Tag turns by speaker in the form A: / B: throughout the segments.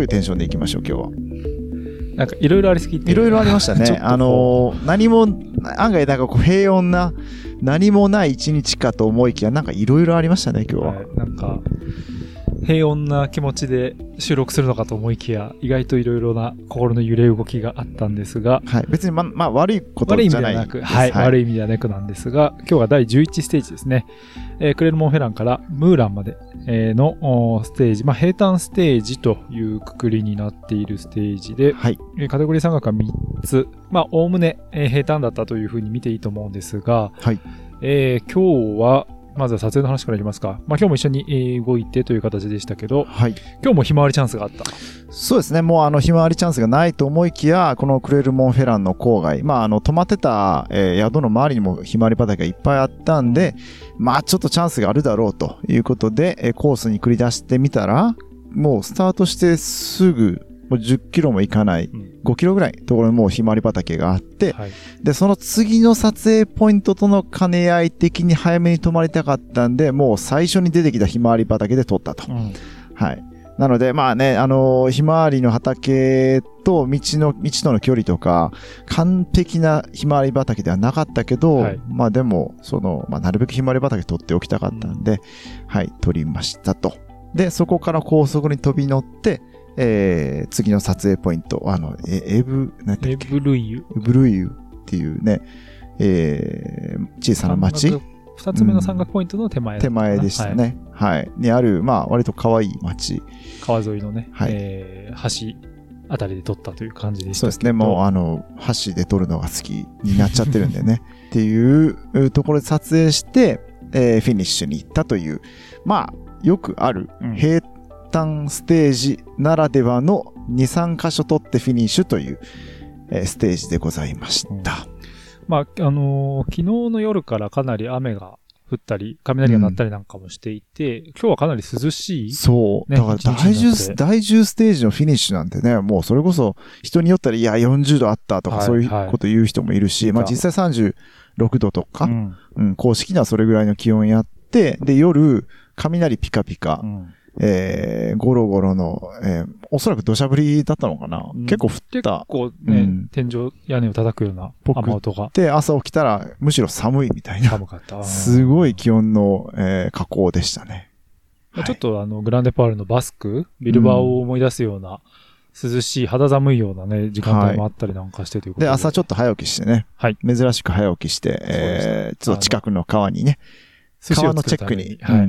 A: いうテンションでいきましょう、今日は。
B: なんかいろいろありすぎて。
A: いろいろありましたね。何も、案外なんかこう平穏な、何もない一日かと思いきや、なんかいろいろありましたね、今日は。
B: はい、なんか、平穏な気持ちで収録するのかと思いきや、意外といろいろな心の揺れ動きがあったんですが、
A: はい、別にまあ悪いことじゃないです。
B: はい、悪い意味ではなくなんですが、今日は第11ステージですね。クレルモンフェランからムーランまでのステージ、まあ平坦ステージというくくりになっているステージで、
A: はい、
B: カテゴリー山岳は3つ、まあおおむね平坦だったというふうに見ていいと思うんですが、
A: はい、
B: 今日はまずは撮影の話からいきますか。まあ今日も一緒に動いてという形でしたけど、
A: はい、
B: 今日もひまわりチャンスがあった。
A: そうですね。もうひまわりチャンスがないと思いきや、このクレルモンフェランの郊外、まあ泊まってた、宿の周りにもひまわり畑がいっぱいあったんで、まあちょっとチャンスがあるだろうということで、コースに繰り出してみたら、もうスタートしてすぐ、もう10キロも行かない、5キロぐらいのところにもうひまわり畑があって、はい、で、その次の撮影ポイントとの兼ね合い的に早めに止まりたかったんで、もう最初に出てきたひまわり畑で撮ったと。はい。なので、まあね、ひまわりの畑と道との距離とか、完璧なひまわり畑ではなかったけど、はい、まあでも、まあなるべくひまわり畑撮っておきたかったんで、はい、撮りましたと。で、そこから高速に飛び乗って、次の撮影ポイント、エブルイユっていうね、小さな町。
B: 二つ目の山岳ポイントの手前。
A: 手前でしたね。はい。にある、まあ、割と可愛い町。
B: 川沿いのね、はい、橋あたりで撮ったという感じでしたけど。
A: そうですね。もう、橋で撮るのが好きになっちゃってるんでね。っていうところで撮影して、フィニッシュに行ったという、まあ、よくある、平坦ステージならではの2、3箇所撮ってフィニッシュという、ステージでございました。
B: まあ、昨日の夜からかなり雨が降ったり、雷が鳴ったりなんかもしていて、今日はかなり涼しい。
A: そう。だから第10ステージのフィニッシュなんてね、もうそれこそ人によったら、いや、40度あったとか、そういうこと言う人もいるし、まあ実際36度とか、公式にはそれぐらいの気温やって、で、夜、雷ピカピカ、ゴロゴロの、おそらく土砂降りだったのかな、結構降った。
B: 結構ね、天井、屋根を叩くような雨音が。
A: で、朝起きたらむしろ寒いみたいな。
B: 寒かった。
A: すごい気温の、下降でしたね。
B: ちょっとグランデパールのバスク、ビルバオを思い出すような、涼しい、肌寒いようなね、時間帯もあったりなんかしてということで。
A: で、朝ちょっと早起きしてね。はい。珍しく早起きして、ちょっと近くの川にね、川のチェックに、はい。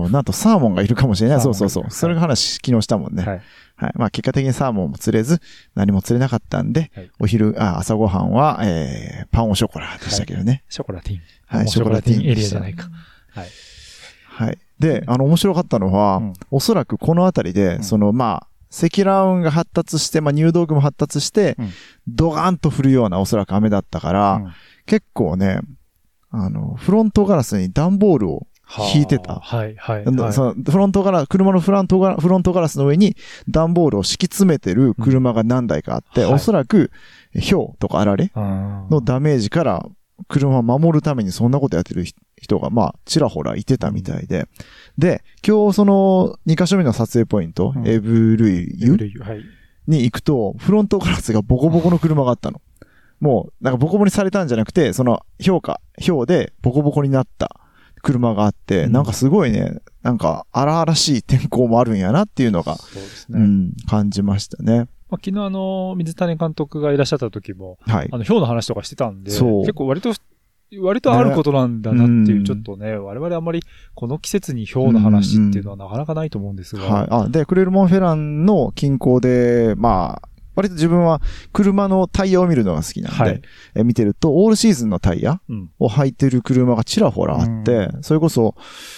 A: なんとサーモンがいるかもしれない。そう。それが話昨日したもんね。はい。はい。まあ結果的にサーモンも釣れず、何も釣れなかったんで、朝ごはんは、パンオショコラでしたけどね。
B: ショコラティン。
A: はい、ショコラティン
B: エリアじゃないか。はい。
A: はい。で、面白かったのは、おそらくこのあたりで、まあ、積乱雲が発達して、まあ入道雲も発達して、ドガーンと降るようなおそらく雨だったから、結構ね、フロントガラスに段ボールを引いてた。
B: はい。
A: 車のフロントガラスの上に段ボールを敷き詰めてる車が何台かあって、おそらく、氷とかあられのダメージから車を守るためにそんなことやってる人が、まあ、ちらほらいてたみたいで。で、今日2カ所目の撮影ポイント、エブルイユに行くと、フロントガラスがボコボコの車があったの。もう、なんかボコボコにされたんじゃなくて、氷でボコボコになった車があって、なんかすごいね、なんか荒々しい天候もあるんやなっていうのが、そうですね。感じましたね。
B: まあ、昨日水谷監督がいらっしゃった時も、はい。氷の話とかしてたんで、結構割とあることなんだなっていう、ちょっとね、我々あんまりこの季節に氷の話っていうのはなかなかないと思うんですが。
A: はい。で、クレルモンフェランの近郊で、まあ、割と自分は車のタイヤを見るのが好きなんで、はい、見てると、オールシーズンのタイヤを履いてる車がちらほらあって、それこそ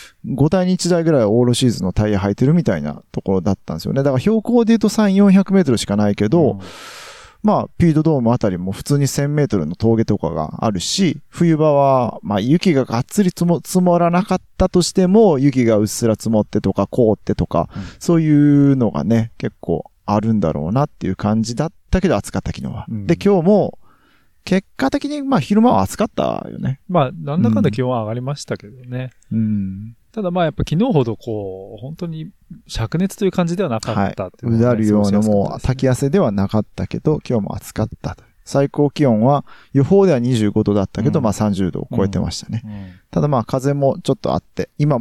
A: 5台に1台ぐらいオールシーズンのタイヤ履いてるみたいなところだったんですよね。だから標高で言うと3、400メートルしかないけど、まあ、ピードドームあたりも普通に1000メートルの峠とかがあるし、冬場は、まあ、雪ががっつり積もらなかったとしても、雪がうっすら積もってとか凍ってとか、そういうのがね、結構あるんだろうなっていう感じだったけど暑かった昨日は。で、今日も、結果的にまあ昼間は暑かったよね。
B: まあ、なんだかんだ気温は上がりましたけどね。 ただまあやっぱ昨日ほど本当に灼熱という感じではなかったっていう、ね。
A: うだるようなもう滝汗ではなかったけど、今日も暑かったと。最高気温は予報では25度だったけど、まあ30度を超えてましたね。ただまあ風もちょっとあって、今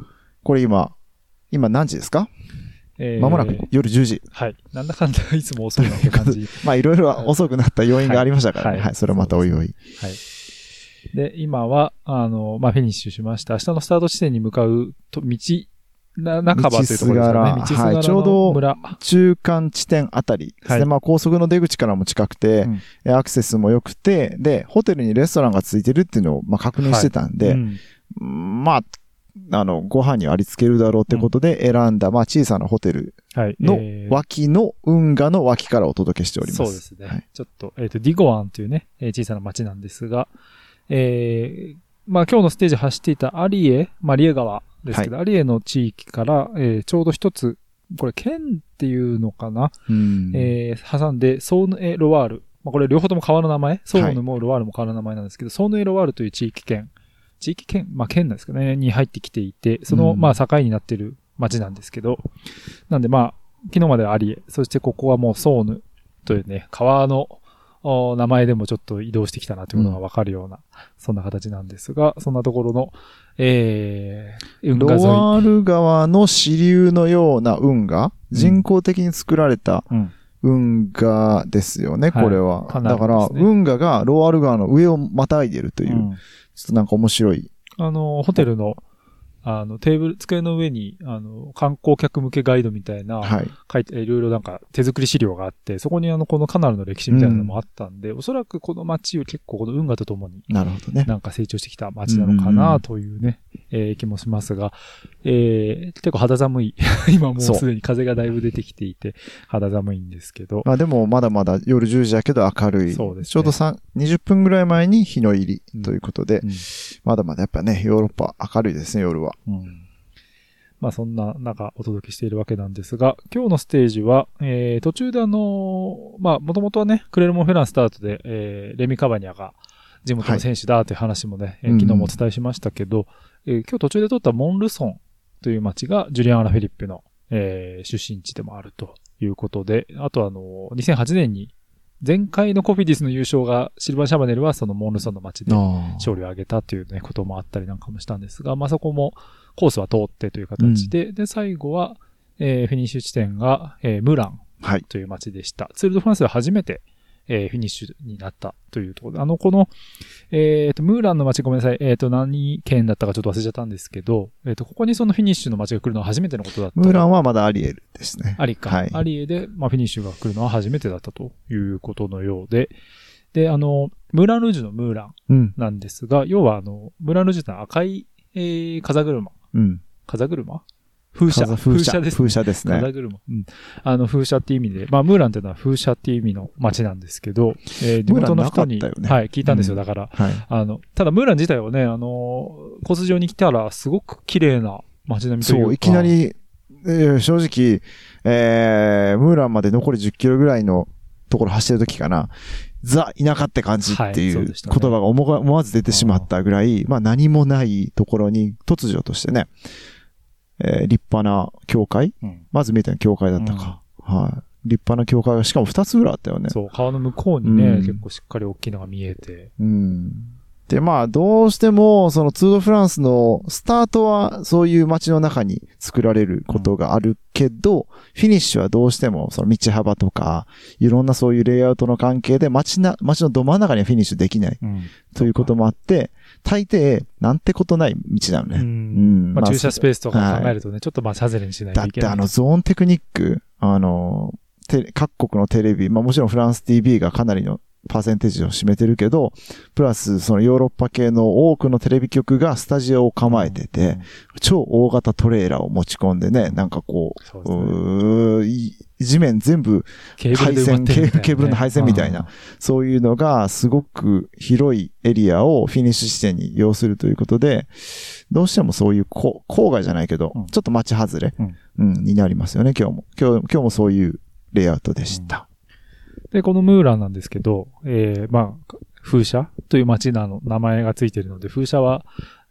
A: 何時ですか？まもなく夜10時。
B: はい。なんだかんだいつも遅いなって感じ。
A: まあいろいろ遅くなった要因がありましたからね。はい。それはまたおいおい。
B: はい。で、今は、まあフィニッシュしました。明日のスタート地点に向かう半ばというところですかね。
A: 道すがら。はい。ちょうど中間地点あたりですね。まあ高速の出口からも近くて、アクセスも良くて、で、ホテルにレストランがついてるっていうのをまあ確認してたんで、まあ、ご飯にありつけるだろうってことで選んだ、まあ小さなホテルの脇の運河の脇からお届けしております。
B: そうですね。はい、ちょっと、ディゴアンというね、小さな町なんですが、まあ今日のステージ走っていたアリエ川ですけど、アリエの地域から、ちょうど一つ、これ県っていうのかな、挟んで、ソーヌエロワール。まあこれ両方とも川の名前、ソーヌもロワールも川の名前なんですけど、ソーヌエロワールという地域圏、まあ県なんですかね、に入ってきていて、そのまあ境になっている町なんですけど、なんでまあ、昨日まではアリエ、そしてここはもうソーヌというね、川の名前でもちょっと移動してきたなということがわかるような、そんな形なんですが、そんなところの、運河沿い。
A: ロワール川の支流のような運河、人工的に作られた運河ですよね、これは。だから、運河がロワール川の上をまたいでるという、ちょっとなんか面白い。
B: ホテルの、机の上に、観光客向けガイドみたいな、書いて、いろいろなんか手作り資料があって、そこにこのカナルの歴史みたいなのもあったんで、おそらくこの街を結構この運河とともに、
A: なるほどね。
B: なんか成長してきた街なのかなというね、気もしますが、結構肌寒い。今もうすでに風がだいぶ出てきていて、肌寒いんですけど。
A: まあでもまだまだ夜10時だけど明るい。そうですね。ちょうど20分ぐらい前に日の入りということで、まだまだやっぱね、ヨーロッパ明るいですね、夜は。
B: まあそんな中お届けしているわけなんですが、今日のステージは、途中でまあもともとはね、クレルモンフェランスタートで、レミカバニャが地元の選手だという話もね、昨日もお伝えしましたけど、今日途中で撮ったモンルソンという町がジュリアン・アラフィリップの、出身地でもあるということで、あと2008年に前回のコフィディスの優勝がシルバン・シャバネルはそのモンルソンの町で勝利を挙げたというね、こともあったりなんかもしたんですが、まあそこもコースは通ってという形で、で、最後は、フィニッシュ地点が、ムーランという町でした。ツール・ド・フランスでは初めて、フィニッシュになったというところで、この、ムーランの町ごめんなさい、何県だったかちょっと忘れちゃったんですけど、ここにそのフィニッシュの町が来るのは初めてのことだった。
A: ムーランはまだアリエルですね。
B: アリか。はい、アリエで、まあ、フィニッシュが来るのは初めてだったということのようで、で、ムーランルージュのムーランなんですが、要はムーランルージュってのは赤い、風車。風車風車ですね。
A: 風車ですね。
B: 風車。風車っていう意味で、まあ、ムーランっていうのは風車っていう意味の街なんですけど、地元の人に、はい、聞いたんですよ。だから、ただムーラン自体はね、コース上に来たらすごく綺麗な街並みというか。そう、
A: いきなり、正直、ムーランまで残り10キロぐらいのところ走ってる時かな。ザ・田舎って感じっていう言葉が思わず出てしまったぐらい、まあ何もないところに突如としてね、立派な教会、まず見えたの教会だったか。はい。立派な教会がしかも2つぐらいあったよね。
B: そう、川の向こうにね、結構しっかり大きいのが見えて。
A: で、まあ、どうしても、そのツードフランスのスタートはそういう街の中に作られることがあるけど、フィニッシュはどうしてもその道幅とか、いろんなそういうレイアウトの関係で街のど真ん中にはフィニッシュできない。ということもあって、大抵、なんてことない道なのね。
B: まあ、駐車スペースとか考えるとね、ちょっとまあ、シャゼレにしないといけない。
A: だってゾーンテクニック、各国のテレビ、まあもちろんフランス TV がかなりのパーセンテージを占めてるけど、プラスそのヨーロッパ系の多くのテレビ局がスタジオを構えてて、超大型トレーラーを持ち込んでね、なんかこう、地面全部配線、ケーブルの配線みたいな、そういうのがすごく広いエリアをフィニッシュ地点に要するということで、どうしてもそういう郊外じゃないけど、ちょっと街外れ、になりますよね、今日もそういうレイアウトでした。
B: で、このムーランなんですけど、まあ、風車という街の名前がついているので、風車は、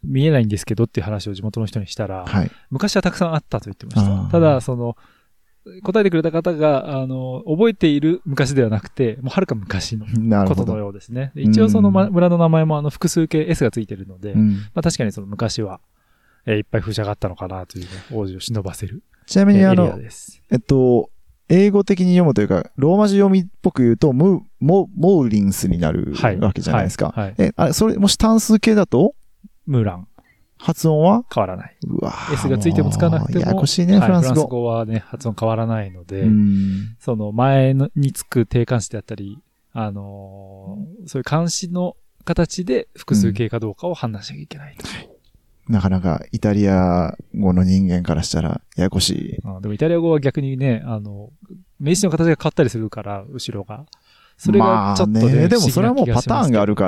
B: 見えないんですけどっていう話を地元の人にしたら、
A: はい、
B: 昔はたくさんあったと言ってました。ただ、答えてくれた方が、覚えている昔ではなくて、もうはるか昔のことのようですね。一応その村の名前も複数形 S がついてるので、まあ確かにその昔は、いっぱい風車があったのかなというね、王子を忍ばせる。
A: ちなみにエリアです。英語的に読むというか、ローマ字読みっぽく言うと、モーリンスになるわけじゃないですか。それ、もし単数形だと
B: ムーラン。
A: 発音は
B: 変わらない。
A: うわ
B: S がついてもつかなくても。
A: ややこしいね、フランス語。
B: フランス語はね、発音変わらないので、その前につく定冠詞であったり、そういう冠詞の形で複数形かどうかを判断しなきゃいけないと。
A: なかなかイタリア語の人間からしたらややこしい。
B: でもイタリア語は逆にね、名詞の形が変わったりするから、後ろが。それがちょっとね、
A: でもそれはもうパターンがあるから、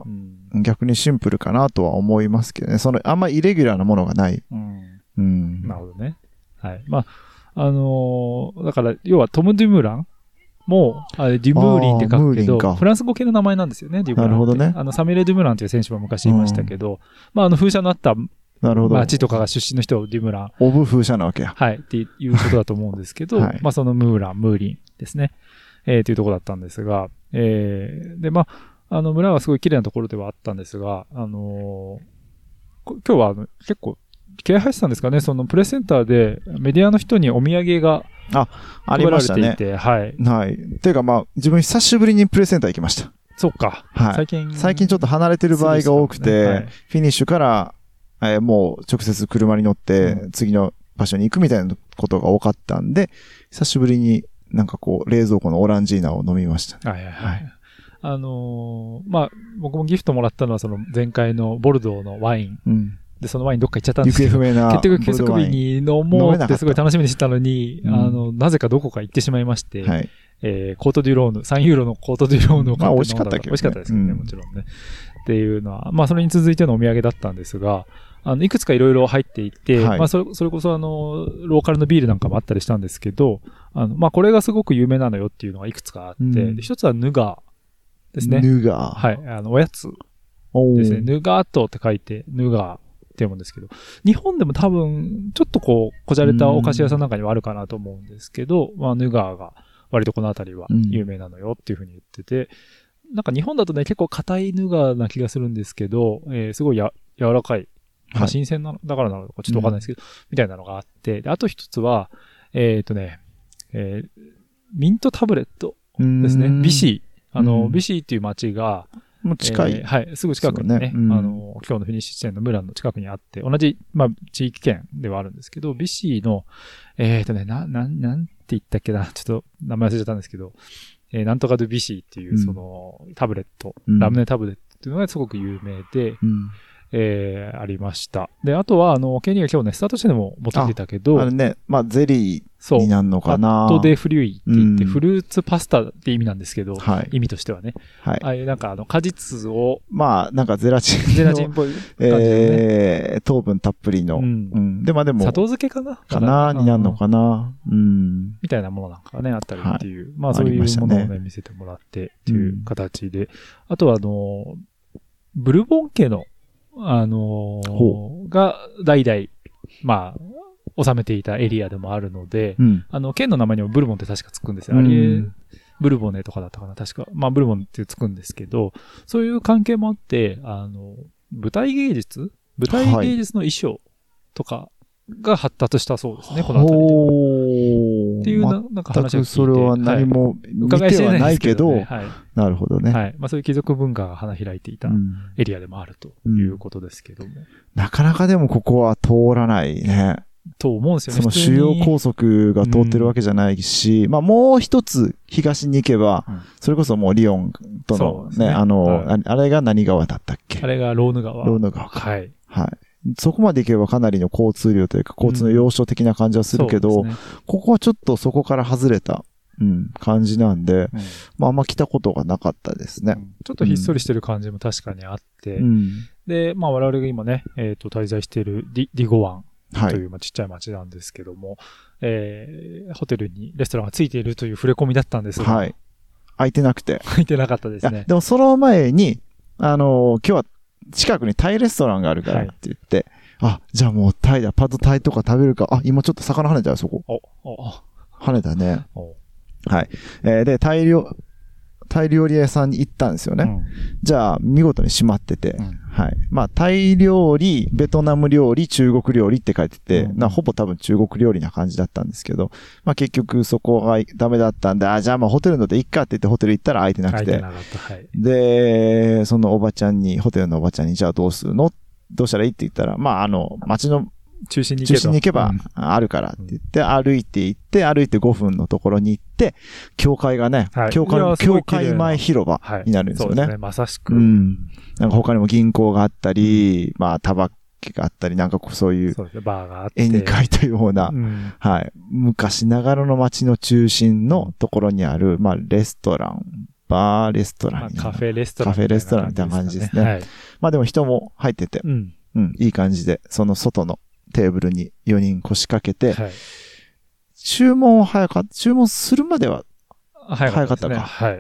A: 逆にシンプルかなとは思いますけどね。あんまりイレギュラーなものがない。
B: なるほどね。はい。まあ、だから、要はトム・デュムーランも、デュムーリンって書くけど、フランス語系の名前なんですよね、デュムーラン。なるほどね。サミュエル・デュムーランという選手も昔いましたけど、まあ、風車のあった町とかが出身の人をデュムーラン。
A: オブ風車なわけや。
B: はい。っていうことだと思うんですけど、まあ、そのムーリンですね。っていうところだったんですが、で、まあ、村はすごい綺麗なところではあったんですが、今日は結構、気合入ってたんですかね、そのプレスセンターでメディアの人にお土産が配られていて、はい。
A: はい。ていうかまあ、自分久しぶりにプレスセンター行きました。
B: そっか。
A: はい。最近ちょっと離れてる場合が多くて、フィニッシュから、もう直接車に乗って次の場所に行くみたいなことが多かったんで、久しぶりになんかこう、冷蔵庫のオランジーナを飲みました。
B: はいはいはい。まあ、僕もギフトもらったのはその前回のボルドーのワイン。で、そのワインどっか行っちゃったんですけど、結局計測日に飲もうってすごい楽しみにしてたのに、なぜかどこか行ってしまいまして、はい、コートデュローヌ、3ユーロのコートデュローヌを買って飲んだ。
A: まあ美味しかったけどね。
B: 美味しかったですけどね、もちろんね。っていうのは、まあそれに続いてのお土産だったんですが、いくつかいろいろ入っていて、はい、まあそれこそローカルのビールなんかもあったりしたんですけど、まあこれがすごく有名なのよっていうのがいくつかあって、で一つはヌガーですね。
A: ヌガー。
B: はい。おやつですね。ヌガートって書いて、ヌガーって読むんですけど、日本でも多分、ちょっとこう、こじゃれたお菓子屋さんなんかにはあるかなと思うんですけど、まあヌガーが割とこの辺りは有名なのよっていうふうに言ってて、なんか日本だとね、結構硬いヌガーな気がするんですけど、すごい柔らかい。まあ、新鮮な、だからなのかちょっとわかんないですけど、みたいなのがあって、であと一つは、ミントタブレットですね。ビシー。ビシーっていう街が、
A: もう近い。
B: はい、すぐ近くにね、今日のフィニッシュ地点のムランの近くにあって、同じ、まあ、地域圏ではあるんですけど、ビシーの、なんて言ったっけな、ちょっと名前忘れちゃったんですけど、なんとかドゥビシーっていう、その、タブレット、ラムネタブレットっていうのがすごく有名で、ありました。で、あとは、ケニーが今日ね、スタートしてでも持ってきてたけど、
A: あれね、まあ、ゼリーになるのかな。
B: パッドデフリュイって言って、フルーツパスタって意味なんですけど、意味としてはね。はい。ああいうなんか果実を、
A: まあ、なんかゼラチンっぽい感じでね。糖分たっぷりの。で、まあでも、
B: 砂糖漬けかな
A: になるのかな。
B: みたいなものなんかね、あったりっていう。まあそういうものをね、見せてもらってっていう形で。あとはブルボン家の、が代々、まあ、治めていたエリアでもあるので、県の名前にもブルボンって確かつくんですよ。ブルボネとかだったかな、確か。まあ、ブルボンってつくんですけど、そういう関係もあって、舞台芸術の衣装とかが発達したそうですね、この辺りでは。っていうなんか話を聞いて。
A: それは何も見てはないけど、なるほどね。
B: はい。まあそういう貴族文化が花開いていたエリアでもあるということですけども。
A: なかなかでもここは通らないね。
B: と思うんですよね。
A: その主要高速が通ってるわけじゃないし、まあもう一つ東に行けば、それこそもうリヨンとのね、あれが何川だったっけ？
B: あれがローヌ川。
A: ローヌ川か。
B: はい。
A: はい。そこまで行けばかなりの交通量というか、交通の要衝的な感じはするけど、ここはちょっとそこから外れた、感じなんで、まああんま来たことがなかったですね。
B: ちょっとひっそりしてる感じも確かにあって、で、まあ我々が今ね、滞在しているディゴワンという、ちっちゃい町なんですけども、ホテルにレストランがついているという触れ込みだったんですが、
A: 空いてなくて。
B: 空いてなかったですね。
A: でもその前に、今日は近くにタイレストランがあるからって言って、じゃあもうタイだ、パッドタイとか食べるか。今ちょっと魚跳ねたよ、そこ。跳ねたね。はい。で、タイ料理屋さんに行ったんですよね。じゃあ、見事に閉まってて。はい。まあ、タイ料理、ベトナム料理、中国料理って書いてて、ほぼ多分中国料理な感じだったんですけど、まあ結局そこがダメだったんで、じゃあまあホテルので行っかって言ってホテル行ったら空いてなくて。で、そのホテルのおばちゃんに、じゃあどうしたらいいって言ったら、まあ街の中心に行けばあるからって言って、歩いて5分のところに行って、教会がね、教会前広場になるんですよね。そうですね、
B: まさしく。
A: なんか他にも銀行があったり、まあタバコがあったり、なんかそういう、
B: バーがあって。
A: 絵に描いたような、はい。昔ながらの街の中心のところにある、まあレストラン、バーレストラン。
B: カフェレストラン。
A: カフェレストランみたいな感じですね。まあでも人も入ってて、いい感じで、その外のテーブルに4人腰掛けて、注文するまでは早かったか。はい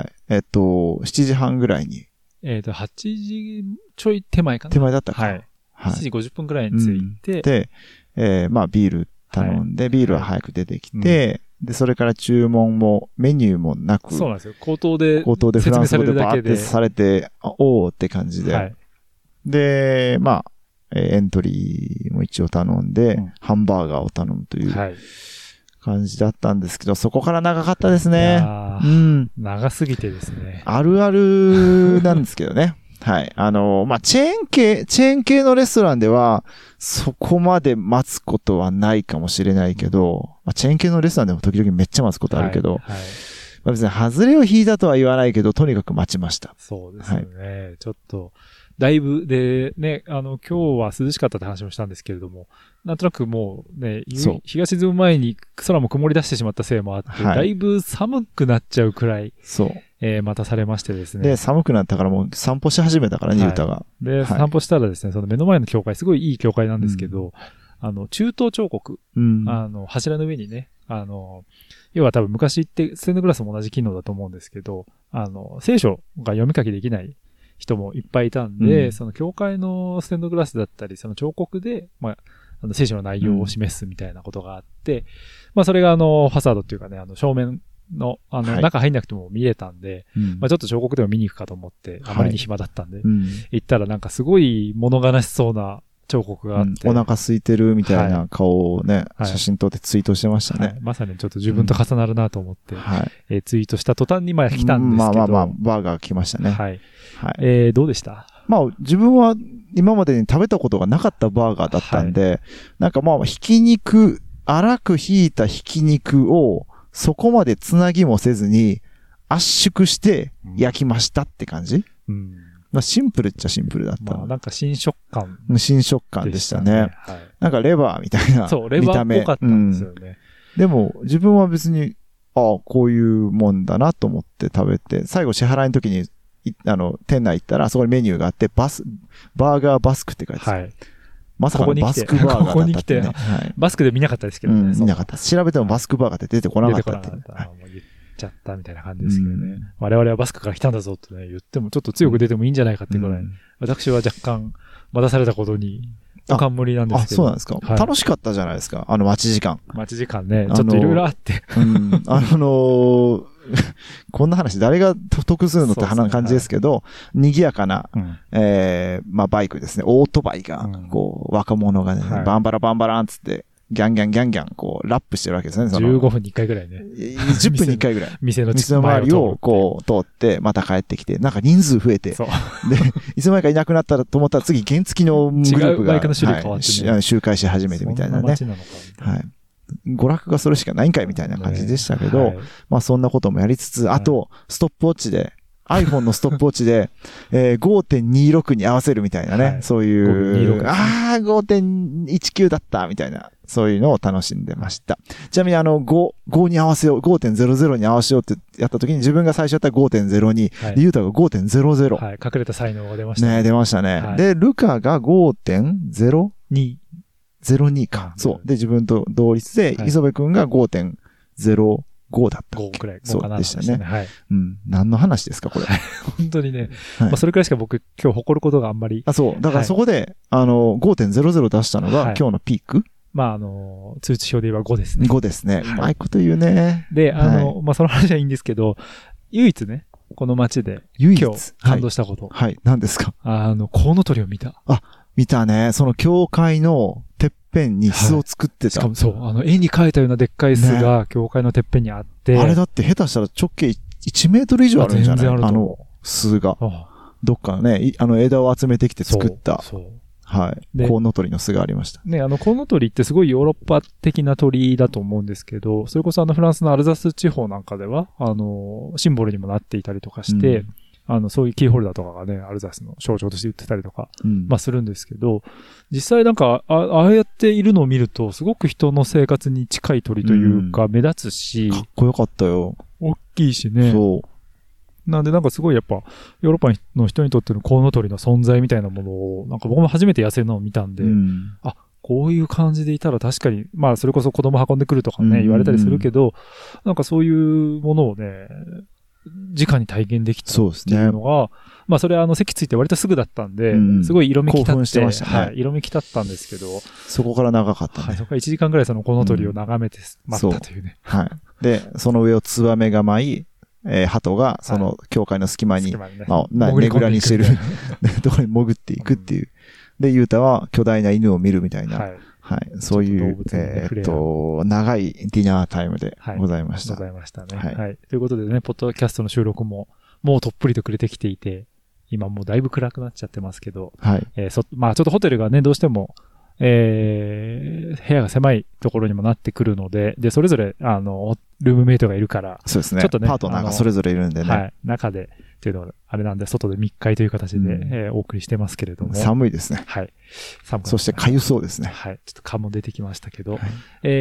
A: 。7時半ぐらいに。
B: 8時ちょい手前かな。
A: 手前だったか。はい。
B: 7時50分ぐらいに着いて。
A: で、まあビール頼んで、ビールは早く出てきて、で、それから注文もメニューもなく。
B: そうなんですよ。口頭で
A: フランス語でバーってされて、おーって感じで。で、まあ、エントリーも一応頼んで、ハンバーガーを頼むという感じだったんですけど、そこから長かったですね。
B: 長すぎてですね。
A: あるあるなんですけどね。はい。まあ、チェーン系のレストランでは、そこまで待つことはないかもしれないけど、まあ、チェーン系のレストランでも時々めっちゃ待つことあるけど、まあ、別に外れを引いたとは言わないけど、とにかく待ちました。
B: そうですね。ちょっと、だいぶでね、今日は涼しかったって話もしたんですけれども、なんとなくもうね、日が沈む前に空も曇り出してしまったせいもあって、だいぶ寒くなっちゃうくらい、待たされましてですね。
A: で、寒くなったからもう散歩し始めたからね、ユータが。
B: で、散歩したらですね、その目の前の教会、すごいいい教会なんですけど、中東彫刻、柱の上にね、要は多分昔ってステンドグラスも同じ機能だと思うんですけど、聖書が読み書きできない人もいっぱいいたんで、その教会のステンドグラスだったり、その彫刻で、まあ、聖書の内容を示すみたいなことがあって、まあそれがファサードっていうかね、正面の、中入んなくても見れたんで、まあちょっと彫刻でも見に行くかと思って、あまりに暇だったんで、行ったらなんかすごい物悲しそうな彫刻があって、
A: お腹空いてるみたいな顔をね、写真撮ってツイートしてましたね。
B: まさにちょっと自分と重なるなと思って、ツイートした途端にまあ来たんですけど、
A: まあ、バーガー来ましたね。
B: どうでした？
A: まあ、自分は今までに食べたことがなかったバーガーだったんで、なんかまあ、粗くひいたひき肉をそこまでつなぎもせずに圧縮して焼きましたって感じ？まあ、シンプルっちゃシンプルだった。
B: まあ、なんか新食感
A: でしたね。なんかレバーみたいな見た目。
B: そう、レバーっぽかったんですよね。
A: でも、自分は別に、こういうもんだなと思って食べて、最後支払いの時に、店内行ったら、そこにメニューがあって、バーガーバスクって書いてある。まさかのバスクバーガーだった、ね。
B: ここに来て、バスクで見なかったですけどね。
A: 見なかった。調べてもバスクバーガーって出てこなかったって。
B: 言っちゃったみたいな感じですけどね。我々はバスクから来たんだぞとね、言ってもちょっと強く出てもいいんじゃないかっていうぐらい、私は若干待たされたことに、おかんむりなんですけど。
A: そうなんですか。楽しかったじゃないですか。待ち時間。
B: 待ち時間ね。ちょっといろいろあって。
A: こんな話誰が得するのって感じですけど、賑やかな、まあバイクですね。オートバイが、こう、若者がね、バンバラバンバランつって、ギャンギャン、こう、ラップしてるわけですね。
B: 15分に1回ぐらいね。
A: 10分に1回ぐらい。
B: 店の
A: 周りをこう、通って、また帰ってきて、なんか人数増えて。で、いつの間にかいなくなったらと思ったら次、原付のグループが、周回し始めてみたいなね。はい。娯楽がそれしかないんかいみたいな感じでしたけど、まあそんなこともやりつつ、あと、ストップウォッチで、iPhone のストップウォッチで、5.26 に合わせるみたいなね、そういう、5.19 だったみたいな、そういうのを楽しんでました。ちなみに5に合わせよう、5.00 に合わせようってやった時に自分が最初やったら 5.02、で、ゆうたが 5.00。
B: はい、隠れた才能が出ました
A: ね。出ましたね。で、ルカが 5.02 か。そう。で、自分と同率で、磯部くんが 5.01 5だったっけ。
B: 5くらい、5かな、
A: そうでしたね。
B: はい。
A: うん。何の話ですか、これ。
B: 本当にね。
A: はい、
B: まあ、それくらいしか僕、今日誇ることがあんまり。
A: そう。だからそこで、5.00 出したのが、今日のピーク。
B: まあ、通知表で言えば5ですね。
A: 5ですね。うまいこと言うね。
B: で、まあ、その話はいいんですけど、唯一ね、この街で、今日感動したこと。
A: はい。何ですか？
B: コウノトリを見た。
A: 見たね。その教会のてっぺんに巣を作ってた。
B: しかもそう、絵に描いたようなでっかい巣が教会のてっぺんにあって。
A: あれだって下手したら直径1メートル以上あるんじゃない？巣が。どっかのね、枝を集めてきて作った。はい。コウノトリの巣がありました。
B: ね、コウノトリってすごいヨーロッパ的な鳥だと思うんですけど、それこそフランスのアルザス地方なんかでは、シンボルにもなっていたりとかして、そういうキーホルダーとかがね、アルザスの象徴として売ってたりとか、まあするんですけど、実際なんか、ああやっているのを見ると、すごく人の生活に近い鳥というか、目立つし、
A: かっこよかったよ。
B: 大きいしね。そう。なんでなんかすごいやっぱ、ヨーロッパの人にとってのコウノトリの存在みたいなものを、なんか僕も初めて野生のを見たんで、こういう感じでいたら確かに、まあそれこそ子供運んでくるとかね、言われたりするけど、なんかそういうものをね、直に体験できたっていうのが、まあそれは席ついて割とすぐだったんで、すごい色めき立って、興奮してましたね。はい、色めき立ったんですけど、
A: そこから長かったね。
B: はい、そこから1時間ぐらいそのコウノトリを眺めて待ったというね。
A: はい。で、その上をツバメが舞い、鳩がその境界の隙間に、ねぐらにしてるところに潜っていくっていう。で、ユータは巨大な犬を見るみたいな。はい。そういう、長いディナータイムでございました。
B: ございましたね。はい。ということでね、ポッドキャストの収録も、もうとっぷりとくれてきていて、今もうだいぶ暗くなっちゃってますけど、はい。まあちょっとホテルがね、どうしても、部屋が狭いところにもなってくるので、で、それぞれ、ルームメイトがいるから、
A: そうですね。ちょっとね、パートナーがそれぞれいるんでね。
B: はい。中で、っていうのは、あれなんで、外で密会という形で、お送りしてますけれども。
A: 寒いですね。
B: はい。
A: 寒くそして痒そうですね。
B: はい。ちょっと蚊も出てきましたけど。はい、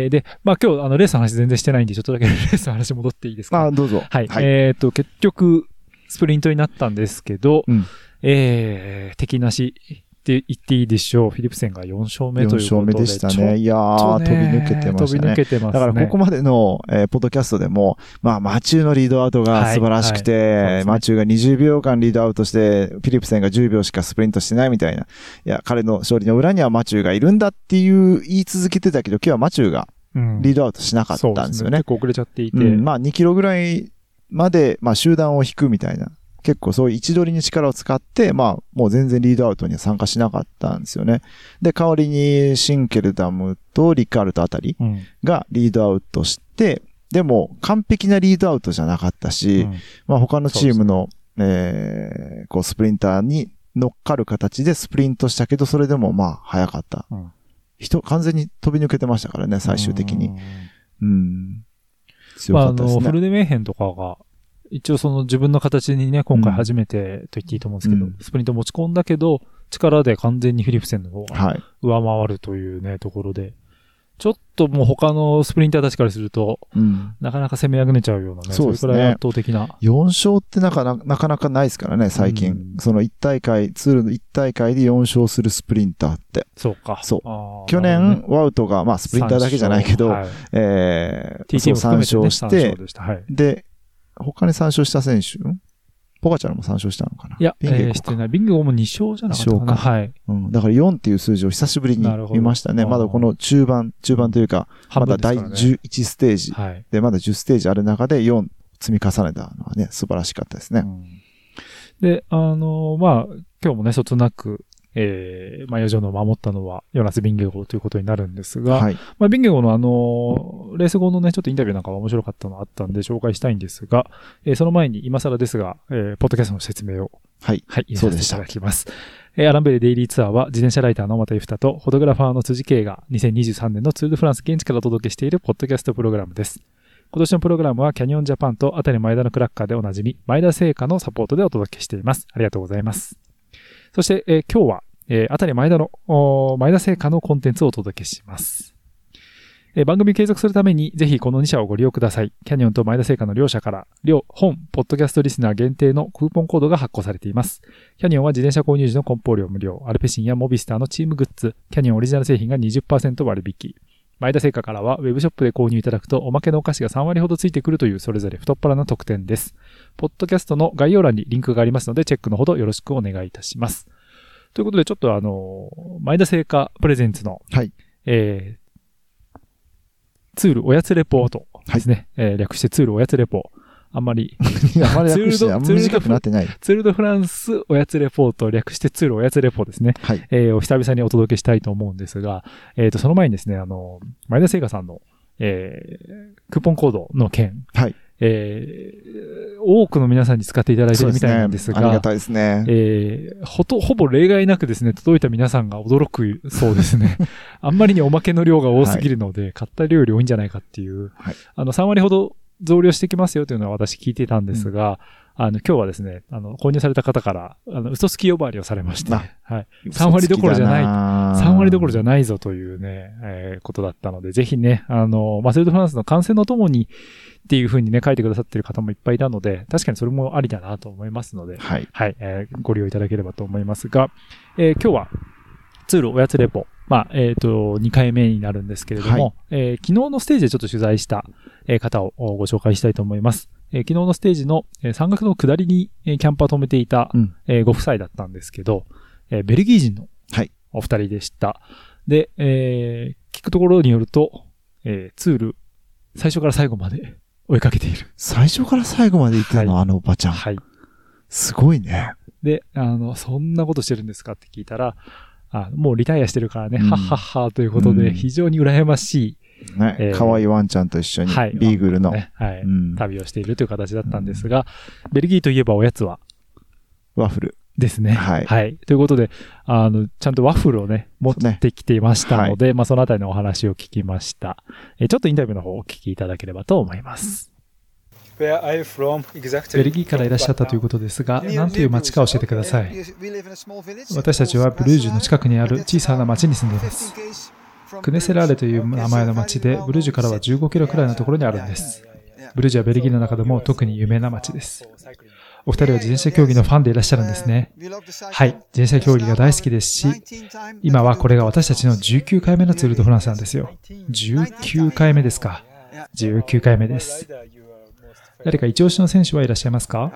B: で、まあ今日、レースの話全然してないんで、ちょっとだけレースの話戻っていいですか？
A: どうぞ。
B: はい。結局、スプリントになったんですけど、敵なし、って言っていいでしょう。フィリプセンが4勝目ということで。4勝目でしたね。いやー、飛び抜けてましたね。飛び抜けてますね。だからここまでの、ポッドキャストでも、まあ、マチューのリードアウトが素晴らしくて、マチューが20秒間リードアウトして、フィリプセンが10秒しかスプリントしてないみたいな。いや、彼の勝利の裏にはマチューがいるんだっていう言い続けてたけど、今日はマチューがリードアウトしなかったんですよね。 結構遅れちゃっていて。
A: まあ、2キロぐらいまで、まあ、集団を引くみたいな。結構そういう位置取りに力を使って、まあ、もう全然リードアウトには参加しなかったんですよね。で、代わりにシンケルダムとリカルトあたりがリードアウトして、でも完璧なリードアウトじゃなかったし、まあ他のチームの、こうスプリンターに乗っかる形でスプリントしたけど、それでもまあ早かった。完全に飛び抜けてましたからね、最終的に。
B: 強かったですね。フルデメーヘンとかが、一応その自分の形にね、今回初めてと言っていいと思うんですけど、スプリント持ち込んだけど、力で完全にフィリプセンの方が上回るというね、ところで、ちょっともう他のスプリンターたちからすると、なかなか攻めあぐねちゃうようなね、それくらい圧倒的な。
A: 4勝ってなかなかないですからね、最近。その1大会、ツールの1大会で4勝するスプリンターって。
B: そうか。
A: そう。去年、ワウトが、まあスプリンターだけじゃないけど、
B: TT も
A: 3勝して、で、他に3勝した選手ポガチャルも3勝したのかな。
B: いや、してない。ビンゲゴも2勝じゃなかったかな。はい。
A: だから4っていう数字を久しぶりに見ましたね。まだこの中盤というか、まだ第11ステージで、まだ10ステージある中で4積み重ねたのはね、素晴らしかったですね。
B: で、まあ、今日もね、そつなく、まあ、余剰の守ったのは、ヨナス・ビンゲゴということになるんですが、はい、まあ、ビンゲゴのレース後のね、ちょっとインタビューなんかは面白かったのがあったんで紹介したいんですが、その前に今更ですが、ポッドキャストの説明を、はい、入れさせていただきます。アランベレデイリーツアーは、自転車ライターの又井ふたと、フォトグラファーの辻圭が、2023年のツール・ド・フランス現地からお届けしているポッドキャストプログラムです。今年のプログラムは、キャニオンジャパンとアタリ前田のクラッカーでおなじみ、前田製菓のサポートでお届けしています。ありがとうございます。そして、今日は、あたり前田製菓のコンテンツをお届けします。番組継続するために、ぜひこの2社をご利用ください。キャニオンと前田製菓の両社から、本、ポッドキャストリスナー限定のクーポンコードが発行されています。キャニオンは自転車購入時の梱包料無料、アルペシンやモビスターのチームグッズ、キャニオンオリジナル製品が 20% 割引。 前田製菓からはウェブショップで購入いただくとおまけのお菓子が3割ほどついてくるというそれぞれ太っ腹な特典です。ポッドキャストの概要欄にリンクがありますのでチェックのほどよろしくお願いいたします。ということでちょっと前田製菓プレゼンツの、
A: はい。
B: ツールおやつレポートですね。略してツールおやつレポ。あんまり
A: 略してあんまり短くなってない。
B: ツールドフランスおやつレポート、略してツールおやつレポですね。
A: はい。
B: を久々にお届けしたいと思うんですが、その前にですね、前田製菓さんの、クーポンコードの件。
A: はい。
B: 多くの皆さんに使っていただいているみたいなんですが、
A: ありがたいですね。
B: ほぼ例外なくですね、届いた皆さんが驚くそうですね。あんまりにおまけの量が多すぎるので、買った量より多いんじゃないかっていう、はい、3割ほど増量してきますよというのは私聞いていたんですが、今日はですね、購入された方から、嘘つき呼ばわりをされまして、はい。3割どころじゃない、3割どころじゃないぞというね、ことだったので、ぜひね、マセルドフランスの観戦のともにっていう風にね、書いてくださっている方もいっぱいいたので、確かにそれもありだなと思いますので、はい。はい、ご利用いただければと思いますが、今日は、ツールおやつレポ。2回目になるんですけれども、はい、昨日のステージでちょっと取材した方をご紹介したいと思います。昨日のステージの山岳の下りにキャンパー止めていたご夫妻だったんですけど、ベルギー人のお二人でした。はい、で、聞くところによると、ツール最初から最後まで追いかけている。
A: 最初から最後まで行ってるの、はい、おばちゃん。
B: はい。
A: すごいね。
B: で、そんなことしてるんですかって聞いたら、もうリタイアしてるからね、はっはっはということで、非常に羨ましい。
A: ね、可愛いワンちゃんと一緒に、はい、ビーグルの、
B: ね、はい、旅をしているという形だったんですが、ベルギーといえばおやつは
A: ワッフル。
B: ですね。はい。はい。ということで、ちゃんとワッフルをね、持ってきていましたので、はい、そのあたりのお話を聞きました。ちょっとインタビューの方をお聞きいただければと思います。ベルギーからいらっしゃったということですが、何という町か教えてください。私たちはブルージュの近くにある小さな町に住んでいます。クネセラーレという名前の町で、ブルージュからは15キロくらいのところにあるんです。ブルージュはベルギーの中でも特に有名な町です。お二人は自転車競技のファンでいらっしゃるんですね。はい、自転車競技が大好きですし、今はこれが私たちの19回目のツール・ド・フランスなんですよ。19回目ですか。19回目です。誰か一押しの選手はいらっしゃいますか？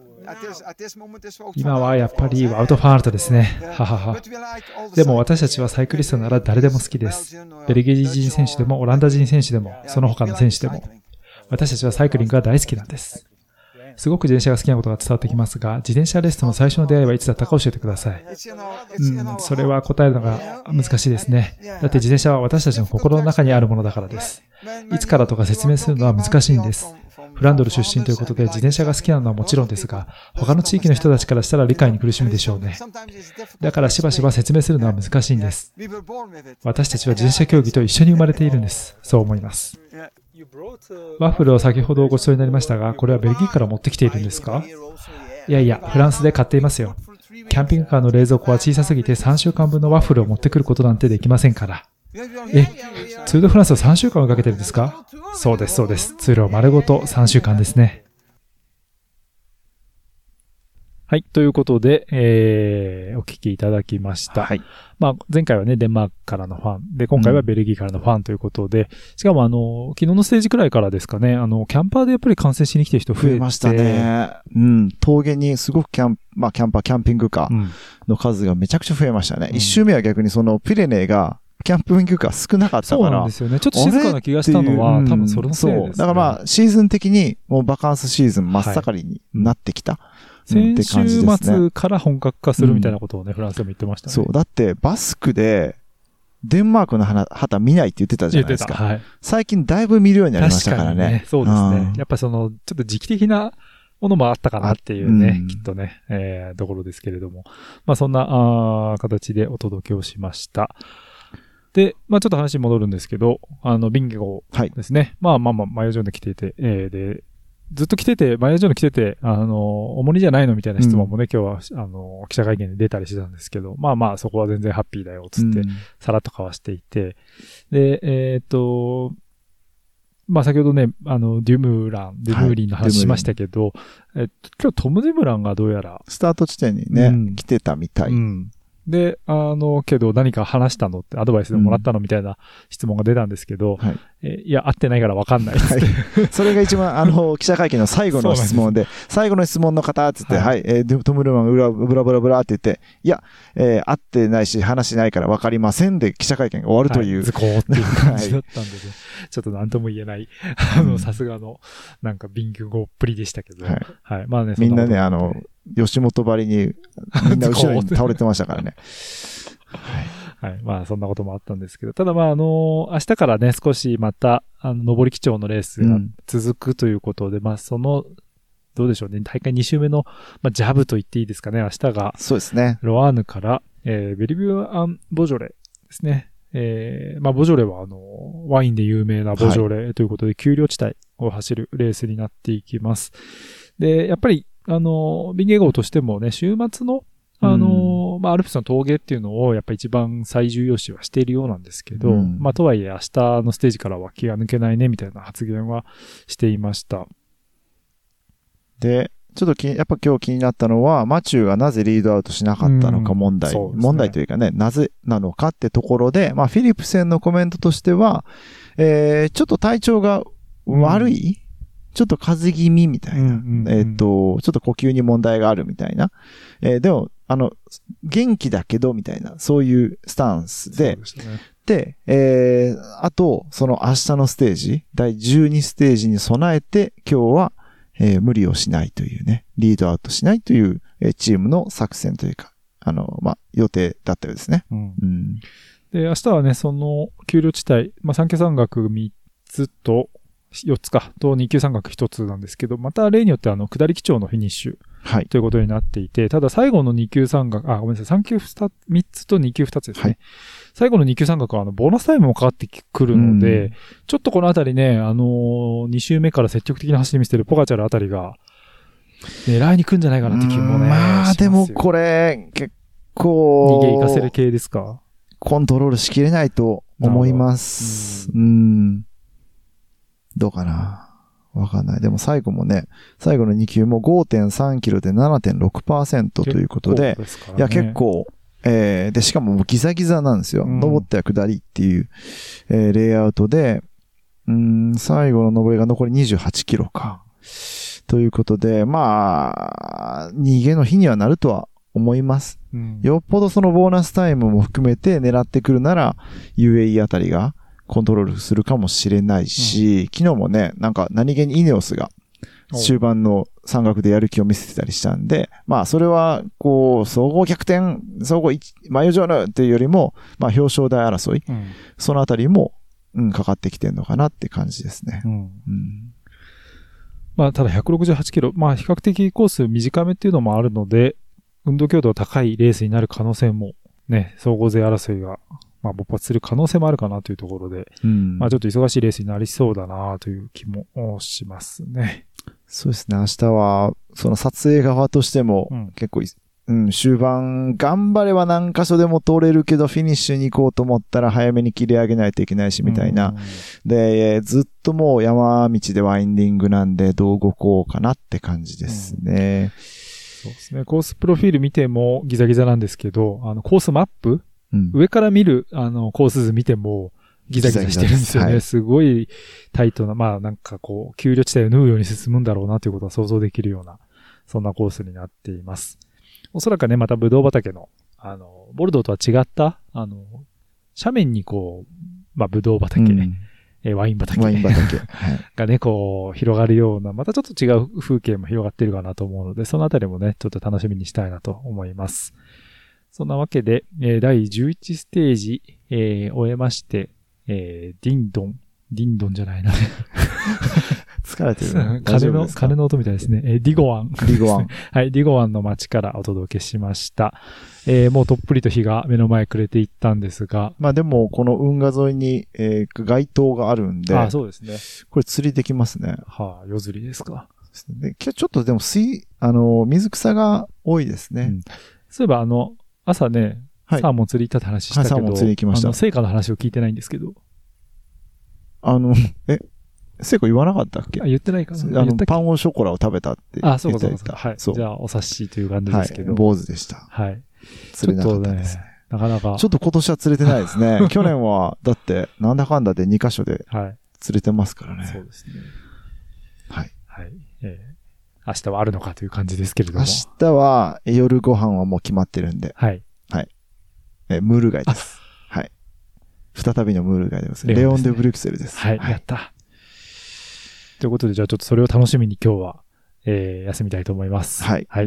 B: 今はやっぱりワウト・ファンアルトですね。ははは。でも私たちはサイクリストなら誰でも好きです。ベルギー人選手でもオランダ人選手でもその他の選手でも。私たちはサイクリングが大好きなんです。すごく自転車が好きなことが伝わってきますが、自転車レースとの最初の出会いはいつだったか教えてください。それは答えるのが難しいですね。だって自転車は私たちの心の中にあるものだからです。いつからとか説明するのは難しいんです。フランドル出身ということで自転車が好きなのはもちろんですが、他の地域の人たちからしたら理解に苦しむでしょうね。だからしばしば説明するのは難しいんです。私たちは自転車競技と一緒に生まれているんです。そう思います。ワッフルを先ほどごちそうになりましたが、これはベルギーから持ってきているんですか？いやいや、フランスで買っていますよ。キャンピングカーの冷蔵庫は小さすぎて3週間分のワッフルを持ってくることなんてできませんから。ツール・ド・フランスを3週間をかけてるんですか？そうです、そうです。ツールを丸ごと3週間ですね。はい。ということで、お聞きいただきました。はい。前回はね、デンマークからのファンで、今回はベルギーからのファンということで、しかも昨日のステージくらいからですかね、キャンパーでやっぱり観戦しに来てる人増え
A: ましたね。峠にすごくキャンピングカーの数がめちゃくちゃ増えましたね。一周目は逆にピレネーが、キャンピングカー少なかったから。
B: そうなんですよね。ちょっと静かな気がしたのは、多分それのせいですね。
A: そう。だからシーズン的に、もうバカンスシーズン真っ盛りになってきた。
B: 先週末から本格化するみたいなことをね、フランスでも言ってましたね。
A: そう。だって、バスクで、デンマークの旗見ないって言ってたじゃないですか。はい、最近だいぶ見るようになりましたからね。
B: ね、そうですね。やっぱちょっと時期的なものもあったかなっていうね、きっとね、ところですけれども。そんな、形でお届けをしました。で、ちょっと話に戻るんですけど、ビンゴですね。マヨジョンで来ていて、で、ずっと来てて、マヨジョンで来てて、重荷じゃないのみたいな質問もね、今日は、記者会見で出たりしてたんですけど、そこは全然ハッピーだよ、つって、さらっと交わしていて、で、先ほどね、デュムーリンの話しましたけど、今日トム・デュムランがどうやら、
A: スタート地点にね、来てたみたい。
B: で、けど何か話したのってアドバイスでもらったのみたいな質問が出たんですけど、はい、いや、会ってないから分かんないっつって、
A: はい。それが一番、記者会見の最後の質問で、最後の質問の方、つって、はい、トム・ルーマンがブラブラブラって言って、いや、会ってないし、話しないから分かりませんで、記者会見が終わるという。
B: ズコーっていう感じだったんでね、ちょっと何とも言えない、さすがの、なんか、ビング語っぷりでしたけど、はい。はい。まあね、
A: みんなね、吉本ばりに、みんな後ろに倒れてましたからね。
B: はい。まあ、そんなこともあったんですけど、ただまあ、明日からね、少しまた、上り基調のレースが続くということで、まあ、どうでしょうね、大会2週目の、まあ、ジャブと言っていいですかね、明日が、
A: そうですね。
B: ロアーヌから、ベリビュー・アン・ボジョレですね。まあ、ボジョレはワインで有名なボジョレということで、丘陵地帯を走るレースになっていきます。で、やっぱり、ビンゲ号としてもね、週末の、まあ、アルプスの峠っていうのを、やっぱ一番最重要視はしているようなんですけど、まあ、とはいえ明日のステージからは気が抜けないね、みたいな発言はしていました。
A: で、ちょっとやっぱ今日気になったのは、マチューがなぜリードアウトしなかったのか問題。問題というかね、なぜなのかってところで、まあ、フィリプセンのコメントとしては、ちょっと体調が悪い、ちょっと風邪気味みたいな。ちょっと呼吸に問題があるみたいな。でも、元気だけど、みたいな、そういうスタンスで、で、あと、その明日のステージ、第12ステージに備えて、今日は、無理をしないというね、リードアウトしないという、チームの作戦というか、まあ、予定だったようですね。
B: で、明日はね、その、丘陵地帯、まあ、三級山岳3つと、4つか、と2級山岳1つなんですけど、また例によって下り基調のフィニッシュ、はい、ということになっていて、ただ最後の2級山岳、ごめんなさい、3級3つと2級2つですね。はい、最後の2級山岳はボーナスタイムもかかってくるので、ちょっとこのあたりね、2周目から積極的な走り見せてるポガチャルあたりが、狙いに来るんじゃないかなって気もね。
A: まあでもこれ、結構、
B: 逃げ行かせる系ですか？
A: コントロールしきれないと思います。どうかなわかんない。でも最後もね、最後の2球も 5.3 キロで 7.6% ということで、いや結構、で、しかももうギザギザなんですよ。登っては下りっていう、レイアウトで、最後の登りが残り28キロか。ということで、まあ、逃げの日にはなるとは思います。よっぽどそのボーナスタイムも含めて狙ってくるなら、UAE あたりが、コントロールするかもしれないし、昨日もね、なんか何気にイネオスが終盤の山岳でやる気を見せてたりしたんで、まあそれは、こう、総合逆転、総合マヨジョーヌっていうよりも、まあ表彰台争い、そのあたりも、かかってきてるのかなって感じですね。
B: まあただ168キロ、まあ比較的コース短めっていうのもあるので、運動強度高いレースになる可能性もね、総合勢争いが、まあ、勃発する可能性もあるかなというところで、まあ、ちょっと忙しいレースになりそうだなという気もしますね。
A: そうですね。明日は、その撮影側としても、結構、終盤、頑張れば何箇所でも通れるけど、フィニッシュに行こうと思ったら早めに切り上げないといけないし、みたいな。で、ずっともう山道でワインディングなんで、どう動こうかなって感じですね。
B: そうですね。コースプロフィール見てもギザギザなんですけど、コースマップ上から見る、コース図見ても、ギザギザしてるんですよね。はい、すごいタイトな、まあなんかこう、丘陵地帯を縫うように進むんだろうなということは想像できるような、そんなコースになっています。おそらくね、またブドウ畑の、ボルドーとは違った、斜面にこう、まあブドウ畑、ワイン畑がね、こう、広がるような、またちょっと違う風景も広がってるかなと思うので、そのあたりもね、ちょっと楽しみにしたいなと思います。そんなわけで、第11ステージ、終えまして、ディンドンじゃないな。
A: 疲れてるね。
B: 鐘の音みたいですね。ディゴワン。はい、ディゴワンの街からお届けしました。もうとっぷりと日が目の前くれていったんですが。
A: まあでも、この運河沿いに、街灯があるんで。
B: あ、そうですね。
A: これ釣りできますね。
B: はあ、夜釣りですか。
A: で今日ちょっとでも水草が多いですね。
B: そういえば朝ね、サーモン釣り行ったって話したけど、
A: サーモン釣り行きました。
B: 成果の話を聞いてないんですけど。
A: 聖子言わなかったっけ？
B: 言ってないかな。
A: パンオショコラを食べたって言ってた。
B: そうか。はい。じゃあ、お察しという感じですけど。
A: 坊主でした。
B: はい。
A: 釣れなかったですね。
B: なかなか。
A: ちょっと今年は釣れてないですね。去年は、だって、なんだかんだで2カ所で釣れてますからね。
B: そうですね。
A: はい。
B: はい。明日はあるのかという感じですけれども。
A: 明日は夜ご飯はもう決まってるんで。
B: はい。
A: はい。ムール貝です。はい。再びのムール貝です。レオン・デ・ブリュクセルです。
B: はい。やった。ということで、じゃあちょっとそれを楽しみに今日は、休みたいと思います。
A: はい。
B: はい。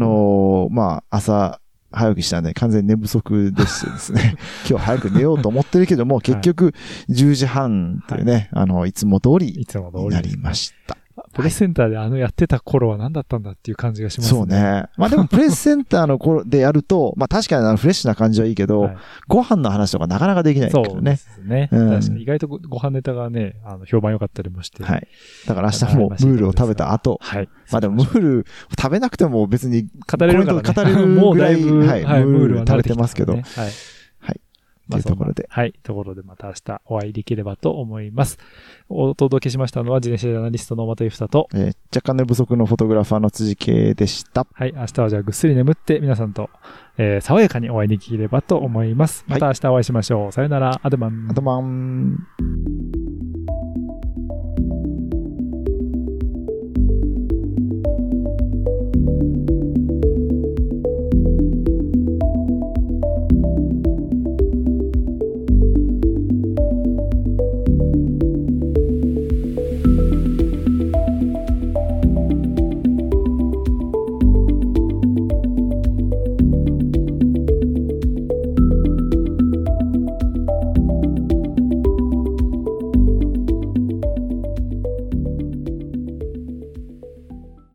A: 朝、早起きしたんで完全に寝不足でしてですね。今日早く寝ようと思ってるけども、結局10時半というね、いつも通りになりました。
B: プレスセンターでやってた頃は何だったんだっていう感じがしますね。
A: そうね。まあでもプレスセンターの頃でやると、まあ確かにフレッシュな感じはいいけど、ご飯の話とかなかなかできないからね。そう
B: ですね。確かに意外とご飯ネタがね、評判良かったりもして。
A: はい。だから明日もムールを食べた後。
B: はい。
A: まあでもムール食べなくても別に
B: 語れるからね。
A: 語れるぐらい、はい。ムール食べてますけど。
B: はい。
A: というところで。
B: はい。ところでまた明日お会いできればと思います。お届けしましたのは自転車ジャーナリストの大又由太と、
A: 若干寝不足のフォトグラファーの辻圭でした。
B: はい。明日はじゃあぐっすり眠って皆さんと、爽やかにお会いできればと思います。また明日お会いしましょう。さよなら。アドマン。
A: アドマン。